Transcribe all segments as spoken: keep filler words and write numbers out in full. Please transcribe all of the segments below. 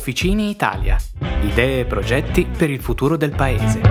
Officine Italia. Idee e progetti per il futuro del paese.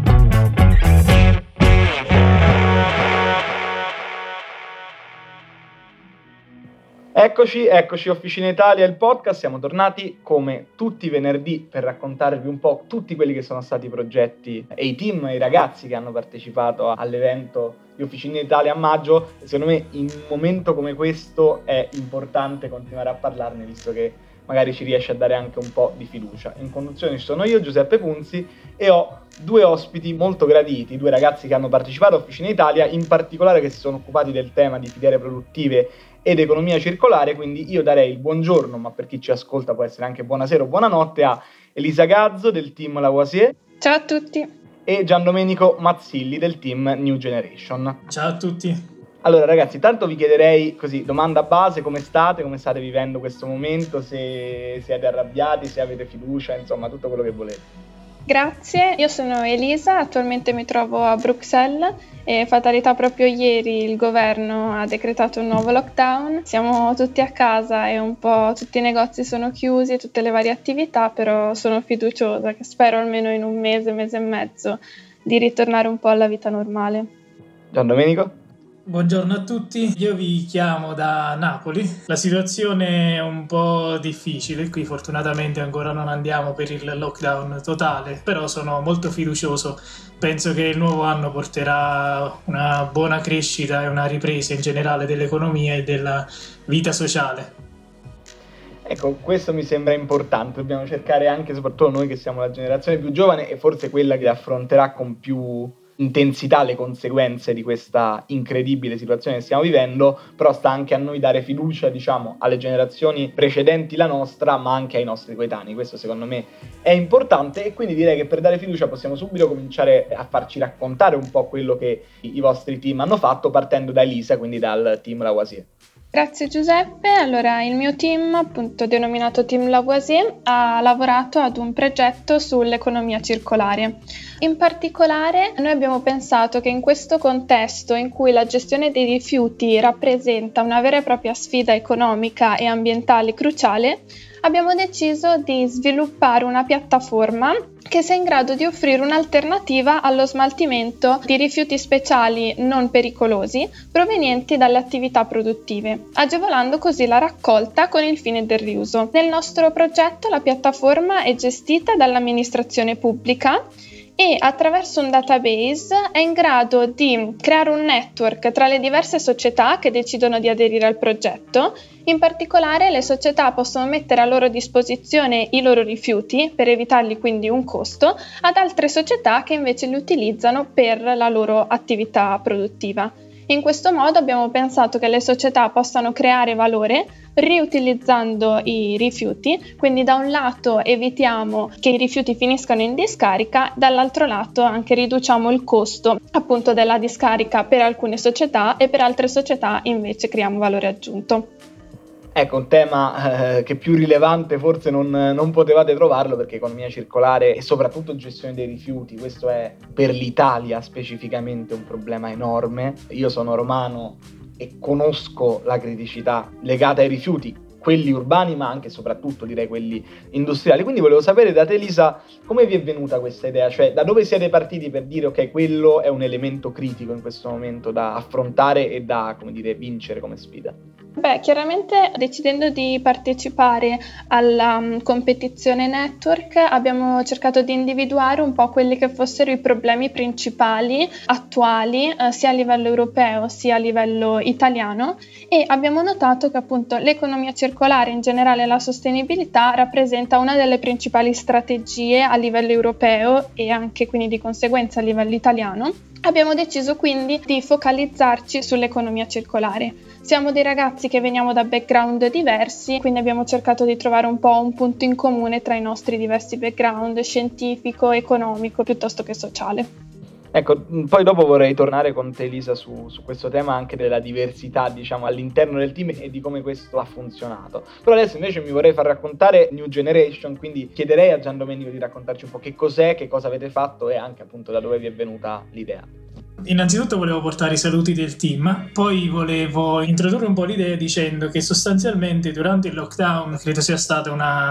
Eccoci, eccoci Officine Italia, il podcast. Siamo tornati come tutti i venerdì per raccontarvi un po' tutti quelli che sono stati i progetti e i team e i ragazzi che hanno partecipato all'evento di Officine Italia a maggio. E secondo me in un momento come questo è importante continuare a parlarne, visto che magari ci riesce a dare anche un po' di fiducia. In conduzione ci sono io, Giuseppe Punzi, e ho due ospiti molto graditi, due ragazzi che hanno partecipato a Officine Italia, in particolare che si sono occupati del tema di filiere produttive ed economia circolare. Quindi io darei il buongiorno, ma per chi ci ascolta può essere anche buonasera o buonanotte, a Elisa Gazzo del team Lavoisier. Ciao a tutti. E Giandomenico Mazzilli del team New Generation. Ciao a tutti. Allora ragazzi, tanto vi chiederei così, domanda base: come state? Come state vivendo questo momento? Se siete arrabbiati, se avete fiducia, insomma tutto quello che volete. Grazie, io sono Elisa, attualmente mi trovo a Bruxelles e fatalità proprio ieri il governo ha decretato un nuovo lockdown. Siamo tutti a casa e un po' tutti i negozi sono chiusi, tutte le varie attività, però sono fiduciosa che spero almeno in un mese, mese e mezzo di ritornare un po' alla vita normale. Giandomenico? Buongiorno a tutti, io vi chiamo da Napoli. La situazione è un po' difficile, qui fortunatamente ancora non andiamo per il lockdown totale, però sono molto fiducioso. Penso che il nuovo anno porterà una buona crescita e una ripresa in generale dell'economia e della vita sociale. Ecco, questo mi sembra importante. Dobbiamo cercare anche, soprattutto noi che siamo la generazione più giovane e forse quella che affronterà con più intensità le conseguenze di questa incredibile situazione che stiamo vivendo, però sta anche a noi dare fiducia, diciamo, alle generazioni precedenti la nostra, ma anche ai nostri coetanei. Questo secondo me è importante, e quindi direi che per dare fiducia possiamo subito cominciare a farci raccontare un po' quello che i vostri team hanno fatto, partendo da Elisa, quindi dal team Lavoisier. Grazie Giuseppe. Allora, il mio team, appunto denominato Team Lavoisier, ha lavorato ad un progetto sull'economia circolare. In particolare, noi abbiamo pensato che in questo contesto in cui la gestione dei rifiuti rappresenta una vera e propria sfida economica e ambientale cruciale, abbiamo deciso di sviluppare una piattaforma che sia in grado di offrire un'alternativa allo smaltimento di rifiuti speciali non pericolosi provenienti dalle attività produttive, agevolando così la raccolta con il fine del riuso. Nel nostro progetto la piattaforma è gestita dall'amministrazione pubblica e attraverso un database è in grado di creare un network tra le diverse società che decidono di aderire al progetto. In particolare le società possono mettere a loro disposizione i loro rifiuti per evitargli quindi un costo ad altre società che invece li utilizzano per la loro attività produttiva. In questo modo abbiamo pensato che le società possano creare valore riutilizzando i rifiuti, quindi da un lato evitiamo che i rifiuti finiscano in discarica, dall'altro lato anche riduciamo il costo appunto della discarica per alcune società e per altre società invece creiamo valore aggiunto. Ecco, un tema eh, che più rilevante forse non, non potevate trovarlo, perché economia circolare e soprattutto gestione dei rifiuti, questo è per l'Italia specificamente un problema enorme. Io sono romano e conosco la criticità legata ai rifiuti, quelli urbani ma anche e soprattutto direi quelli industriali. Quindi volevo sapere da te Elisa, come vi è venuta questa idea? Cioè da dove siete partiti per dire ok, quello è un elemento critico in questo momento da affrontare e da, come dire, vincere come sfida? Beh, chiaramente decidendo di partecipare alla um, competizione network abbiamo cercato di individuare un po' quelli che fossero i problemi principali attuali eh, sia a livello europeo sia a livello italiano, e abbiamo notato che appunto l'economia circolare, in generale la sostenibilità, rappresenta una delle principali strategie a livello europeo e anche quindi di conseguenza a livello italiano. Abbiamo deciso quindi di focalizzarci sull'economia circolare. Siamo dei ragazzi che veniamo da background diversi, quindi abbiamo cercato di trovare un po' un punto in comune tra i nostri diversi background scientifico, economico, piuttosto che sociale. Ecco, poi dopo vorrei tornare con te Elisa su, su questo tema anche della diversità, diciamo, all'interno del team e di come questo ha funzionato. Però adesso invece mi vorrei far raccontare New Generation, quindi chiederei a Giandomenico di raccontarci un po' che cos'è, che cosa avete fatto e anche appunto da dove vi è venuta l'idea. Innanzitutto volevo portare i saluti del team, poi volevo introdurre un po' l'idea dicendo che sostanzialmente durante il lockdown credo sia stata una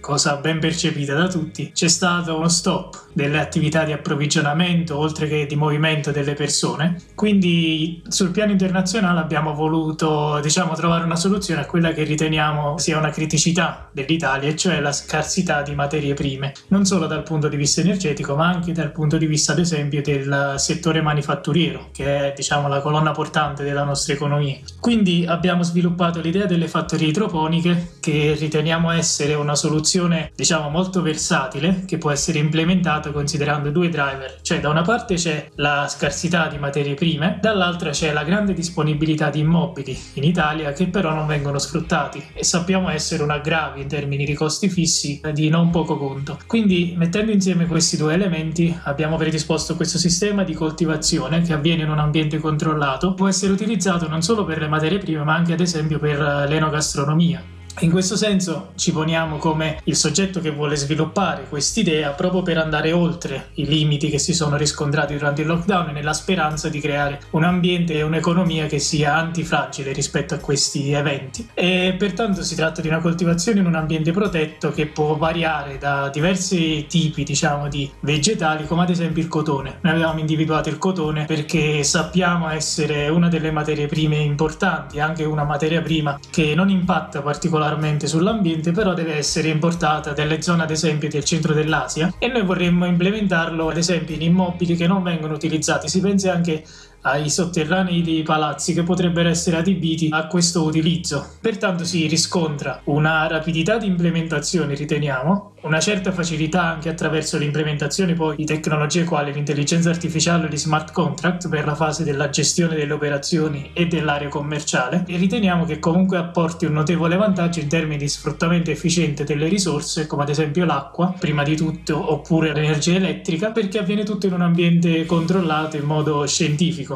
cosa ben percepita da tutti, c'è stato uno stop delle attività di approvvigionamento oltre che di movimento delle persone. Quindi sul piano internazionale abbiamo voluto, diciamo, trovare una soluzione a quella che riteniamo sia una criticità dell'Italia, e cioè la scarsità di materie prime, non solo dal punto di vista energetico ma anche dal punto di vista ad esempio del settore manifatturiero, che è, diciamo, la colonna portante della nostra economia. Quindi abbiamo sviluppato l'idea delle fattorie idroponiche, che riteniamo essere una soluzione, diciamo, molto versatile, che può essere implementata considerando due driver, cioè da una parte c'è la scarsità di materie prime, dall'altra c'è la grande disponibilità di immobili in Italia che però non vengono sfruttati e sappiamo essere un aggravio in termini di costi fissi di non poco conto. Quindi, mettendo insieme questi due elementi, abbiamo predisposto questo sistema di coltivazione che avviene in un ambiente controllato, può essere utilizzato non solo per le materie prime ma anche ad esempio per l'enogastronomia. In questo senso ci poniamo come il soggetto che vuole sviluppare quest'idea proprio per andare oltre i limiti che si sono riscontrati durante il lockdown, nella speranza di creare un ambiente e un'economia che sia antifragile rispetto a questi eventi. E pertanto si tratta di una coltivazione in un ambiente protetto che può variare da diversi tipi, diciamo, di vegetali, come ad esempio il cotone. Noi avevamo individuato il cotone perché sappiamo essere una delle materie prime importanti, anche una materia prima che non impatta particolarmente sull'ambiente, però deve essere importata dalle zone ad esempio del centro dell'Asia, e noi vorremmo implementarlo ad esempio in immobili che non vengono utilizzati. Si pensi anche ai sotterranei dei palazzi che potrebbero essere adibiti a questo utilizzo. Pertanto si riscontra una rapidità di implementazione, riteniamo, una certa facilità anche attraverso l'implementazione poi di tecnologie quali l'intelligenza artificiale e gli smart contract per la fase della gestione delle operazioni e dell'area commerciale, e riteniamo che comunque apporti un notevole vantaggio in termini di sfruttamento efficiente delle risorse, come ad esempio l'acqua, prima di tutto, oppure l'energia elettrica, perché avviene tutto in un ambiente controllato in modo scientifico.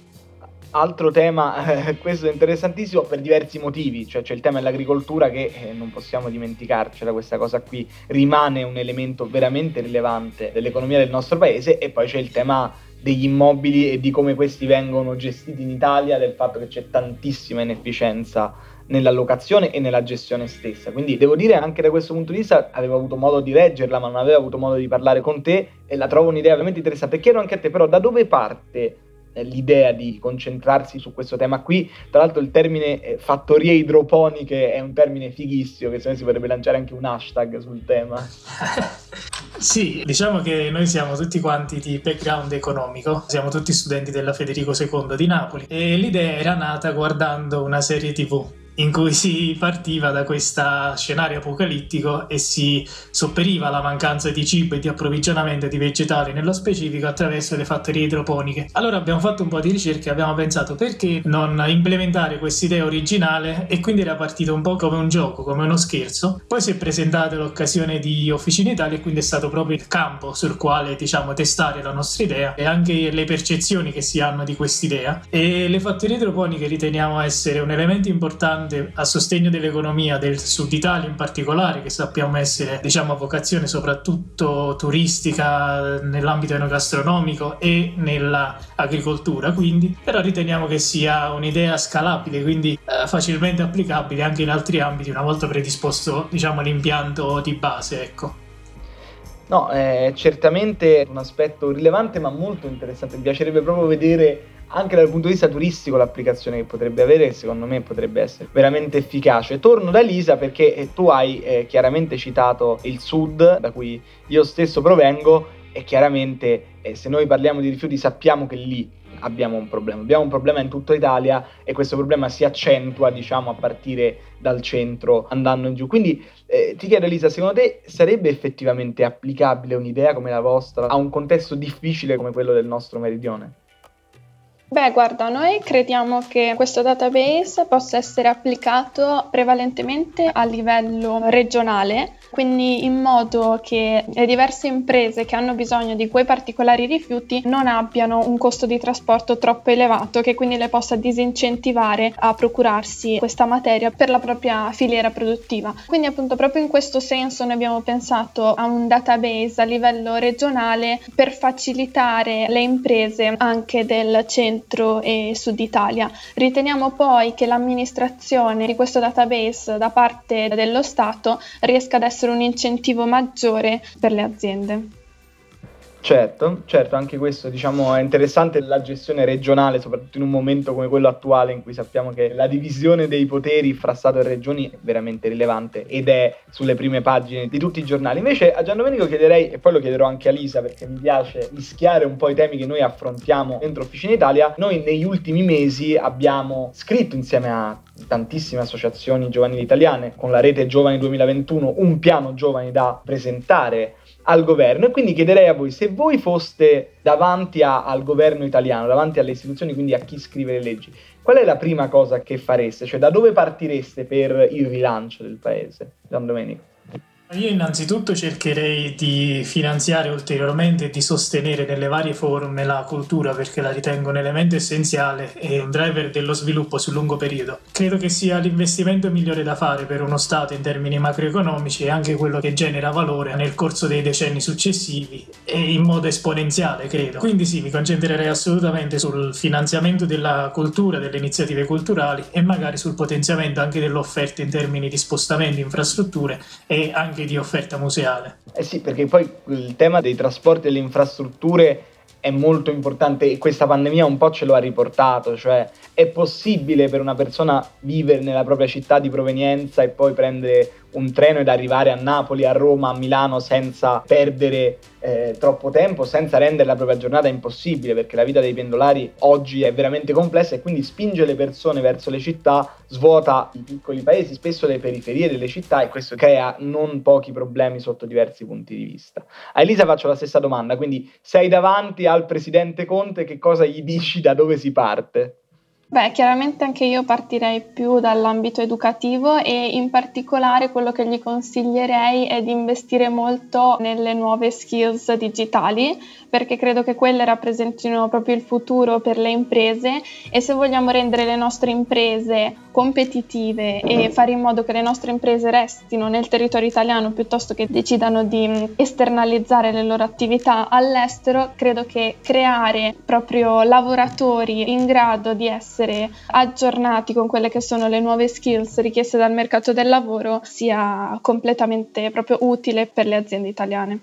Altro tema, eh, questo è interessantissimo per diversi motivi, cioè c'è il tema dell'agricoltura che eh, non possiamo dimenticarcela, questa cosa qui rimane un elemento veramente rilevante dell'economia del nostro paese, e poi c'è il tema degli immobili e di come questi vengono gestiti in Italia, del fatto che c'è tantissima inefficienza nell'allocazione e nella gestione stessa. Quindi devo dire, anche da questo punto di vista avevo avuto modo di leggerla ma non avevo avuto modo di parlare con te, e la trovo un'idea veramente interessante. Chiedo anche a te però, da dove parte l'idea di concentrarsi su questo tema qui? Tra l'altro il termine eh, fattorie idroponiche è un termine fighissimo, che se no si potrebbe lanciare anche un hashtag sul tema. Sì, diciamo che noi siamo tutti quanti di background economico, siamo tutti studenti della Federico secondo di Napoli, e l'idea era nata guardando una serie tivù in cui si partiva da questo scenario apocalittico e si sopperiva la mancanza di cibo e di approvvigionamento di vegetali nello specifico attraverso le fattorie idroponiche. Allora abbiamo fatto un po' di ricerca e abbiamo pensato perché non implementare quest'idea originale, e quindi era partito un po' come un gioco, come uno scherzo. Poi si è presentata l'occasione di Officina Italia e quindi è stato proprio il campo sul quale, diciamo, testare la nostra idea e anche le percezioni che si hanno di quest'idea. E le fattorie idroponiche riteniamo essere un elemento importante a sostegno dell'economia del Sud Italia in particolare, che sappiamo essere, diciamo, a vocazione soprattutto turistica nell'ambito enogastronomico e nell'agricoltura, quindi però riteniamo che sia un'idea scalabile, quindi eh, facilmente applicabile anche in altri ambiti una volta predisposto, diciamo, l'impianto di base, ecco. No, è certamente un aspetto rilevante ma molto interessante. Mi piacerebbe proprio vedere anche dal punto di vista turistico l'applicazione che potrebbe avere, e secondo me potrebbe essere veramente efficace. Torno da Elisa perché tu hai eh, chiaramente citato il sud, da cui io stesso provengo, e chiaramente eh, se noi parliamo di rifiuti sappiamo che lì abbiamo un problema. Abbiamo un problema in tutta Italia e questo problema si accentua, diciamo, a partire dal centro andando in giù. Quindi eh, ti chiedo, Elisa, secondo te sarebbe effettivamente applicabile un'idea come la vostra a un contesto difficile come quello del nostro meridione? Beh, guarda, noi crediamo che questo database possa essere applicato prevalentemente a livello regionale, quindi in modo che le diverse imprese che hanno bisogno di quei particolari rifiuti non abbiano un costo di trasporto troppo elevato, che quindi le possa disincentivare a procurarsi questa materia per la propria filiera produttiva. Quindi appunto proprio in questo senso noi abbiamo pensato a un database a livello regionale per facilitare le imprese anche del centro centro e sud Italia. Riteniamo poi che l'amministrazione di questo database da parte dello Stato riesca ad essere un incentivo maggiore per le aziende. Certo, certo, anche questo diciamo è interessante, la gestione regionale, soprattutto in un momento come quello attuale in cui sappiamo che la divisione dei poteri fra Stato e regioni è veramente rilevante ed è sulle prime pagine di tutti i giornali. Invece a Giandomenico chiederei, e poi lo chiederò anche a Lisa perché mi piace mischiare un po' i temi che noi affrontiamo dentro Officina Italia, noi negli ultimi mesi abbiamo scritto insieme a tantissime associazioni giovanili italiane con la rete Giovani duemilaventuno un piano giovani da presentare al governo, e quindi chiederei a voi, se voi foste davanti a, al governo italiano, davanti alle istituzioni, quindi a chi scrive le leggi, qual è la prima cosa che fareste? Cioè da dove partireste per il rilancio del paese? Giandomenico. Io innanzitutto cercherei di finanziare ulteriormente e di sostenere nelle varie forme la cultura, perché la ritengo un elemento essenziale e un driver dello sviluppo sul lungo periodo. Credo che sia l'investimento migliore da fare per uno Stato in termini macroeconomici e anche quello che genera valore nel corso dei decenni successivi e in modo esponenziale, credo. Quindi sì, mi concentrerei assolutamente sul finanziamento della cultura, delle iniziative culturali e magari sul potenziamento anche dell'offerta in termini di spostamenti, infrastrutture e anche di offerta museale. Eh sì, perché poi il tema dei trasporti e delle infrastrutture è molto importante e questa pandemia un po' ce lo ha riportato, cioè è possibile per una persona vivere nella propria città di provenienza e poi prendere un treno ed arrivare a Napoli, a Roma, a Milano senza perdere eh, troppo tempo, senza rendere la propria giornata impossibile, perché la vita dei pendolari oggi è veramente complessa e quindi spinge le persone verso le città, svuota i piccoli paesi, spesso le periferie delle città, e questo crea non pochi problemi sotto diversi punti di vista. A Elisa faccio la stessa domanda, quindi sei davanti al presidente Conte, che cosa gli dici, da dove si parte? Beh, chiaramente anche io partirei più dall'ambito educativo e in particolare quello che gli consiglierei è di investire molto nelle nuove skills digitali, perché credo che quelle rappresentino proprio il futuro per le imprese, e se vogliamo rendere le nostre imprese competitive e fare in modo che le nostre imprese restino nel territorio italiano piuttosto che decidano di esternalizzare le loro attività all'estero, credo che creare proprio lavoratori in grado di essere aggiornati con quelle che sono le nuove skills richieste dal mercato del lavoro sia completamente proprio utile per le aziende italiane.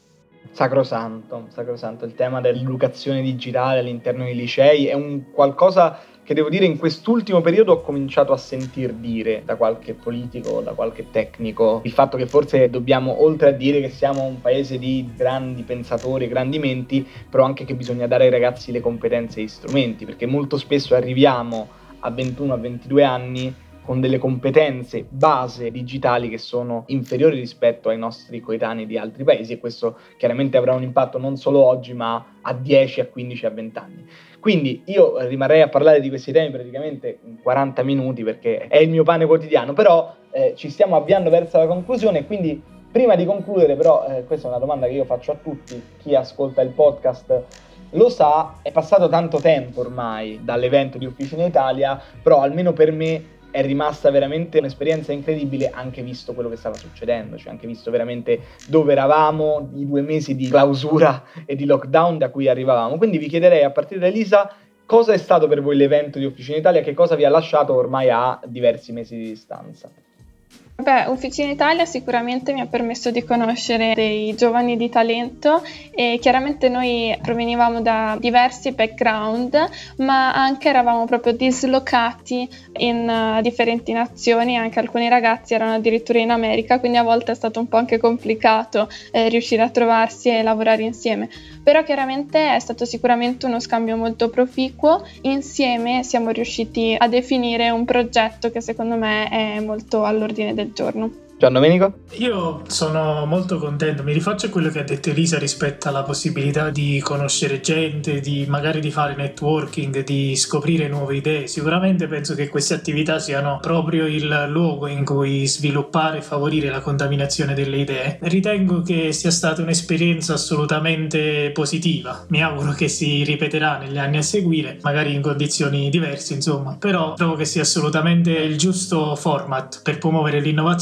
Sacrosanto, sacrosanto. Il tema dell'educazione digitale all'interno dei licei è un qualcosa che devo dire in quest'ultimo periodo ho cominciato a sentir dire da qualche politico, da qualche tecnico, il fatto che forse dobbiamo, oltre a dire che siamo un paese di grandi pensatori, grandi menti, però anche che bisogna dare ai ragazzi le competenze e gli strumenti, perché molto spesso arriviamo a ventuno a ventidue anni con delle competenze base digitali che sono inferiori rispetto ai nostri coetanei di altri paesi, e questo chiaramente avrà un impatto non solo oggi ma a dieci, a quindici, a venti anni. Quindi io rimarrei a parlare di questi temi praticamente in quaranta minuti perché è il mio pane quotidiano, però eh, ci stiamo avviando verso la conclusione, quindi prima di concludere però, eh, questa è una domanda che io faccio a tutti, chi ascolta il podcast lo sa, è passato tanto tempo ormai dall'evento di Officina Italia, però almeno per me è rimasta veramente un'esperienza incredibile, anche visto quello che stava succedendo, cioè anche visto veramente dove eravamo, i due mesi di clausura e di lockdown da cui arrivavamo. Quindi vi chiederei a partire da Elisa, cosa è stato per voi l'evento di Officina Italia, che cosa vi ha lasciato ormai a diversi mesi di distanza? Beh, Officina Italia sicuramente mi ha permesso di conoscere dei giovani di talento e chiaramente noi provenivamo da diversi background, ma anche eravamo proprio dislocati in uh, differenti nazioni, anche alcuni ragazzi erano addirittura in America, quindi a volte è stato un po' anche complicato eh, riuscire a trovarsi e lavorare insieme. Però chiaramente è stato sicuramente uno scambio molto proficuo, insieme siamo riusciti a definire un progetto che secondo me è molto all'ordine del giorno. Giandomenico? Io sono molto contento, mi rifaccio a quello che ha detto Elisa rispetto alla possibilità di conoscere gente, di magari di fare networking, di scoprire nuove idee. Sicuramente penso che queste attività siano proprio il luogo in cui sviluppare e favorire la contaminazione delle idee. Ritengo che sia stata un'esperienza assolutamente positiva, mi auguro che si ripeterà negli anni a seguire, magari in condizioni diverse insomma, però trovo che sia assolutamente il giusto format per promuovere l'innovazione, per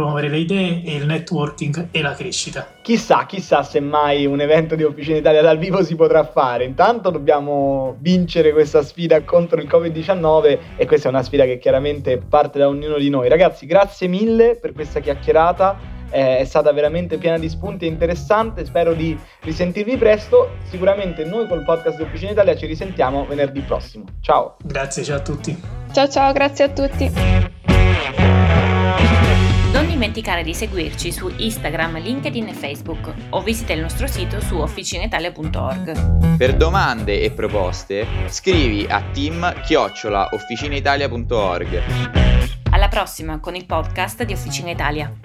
promuovere le idee e il networking e la crescita. Chissà, chissà se mai un evento di Officina Italia dal vivo si potrà fare. Intanto dobbiamo vincere questa sfida contro il covid diciannove e questa è una sfida che chiaramente parte da ognuno di noi. Ragazzi, grazie mille per questa chiacchierata. È stata veramente piena di spunti e interessante, spero di risentirvi presto. Sicuramente noi col podcast di Officina Italia ci risentiamo venerdì prossimo. Ciao. Grazie, ciao a tutti. Ciao ciao, grazie a tutti. Non dimenticare di seguirci su Instagram, LinkedIn e Facebook o visita il nostro sito su officinaitalia punto org. Per domande e proposte scrivi a team chiocciola officinaitalia punto org. Alla prossima con il podcast di Officina Italia.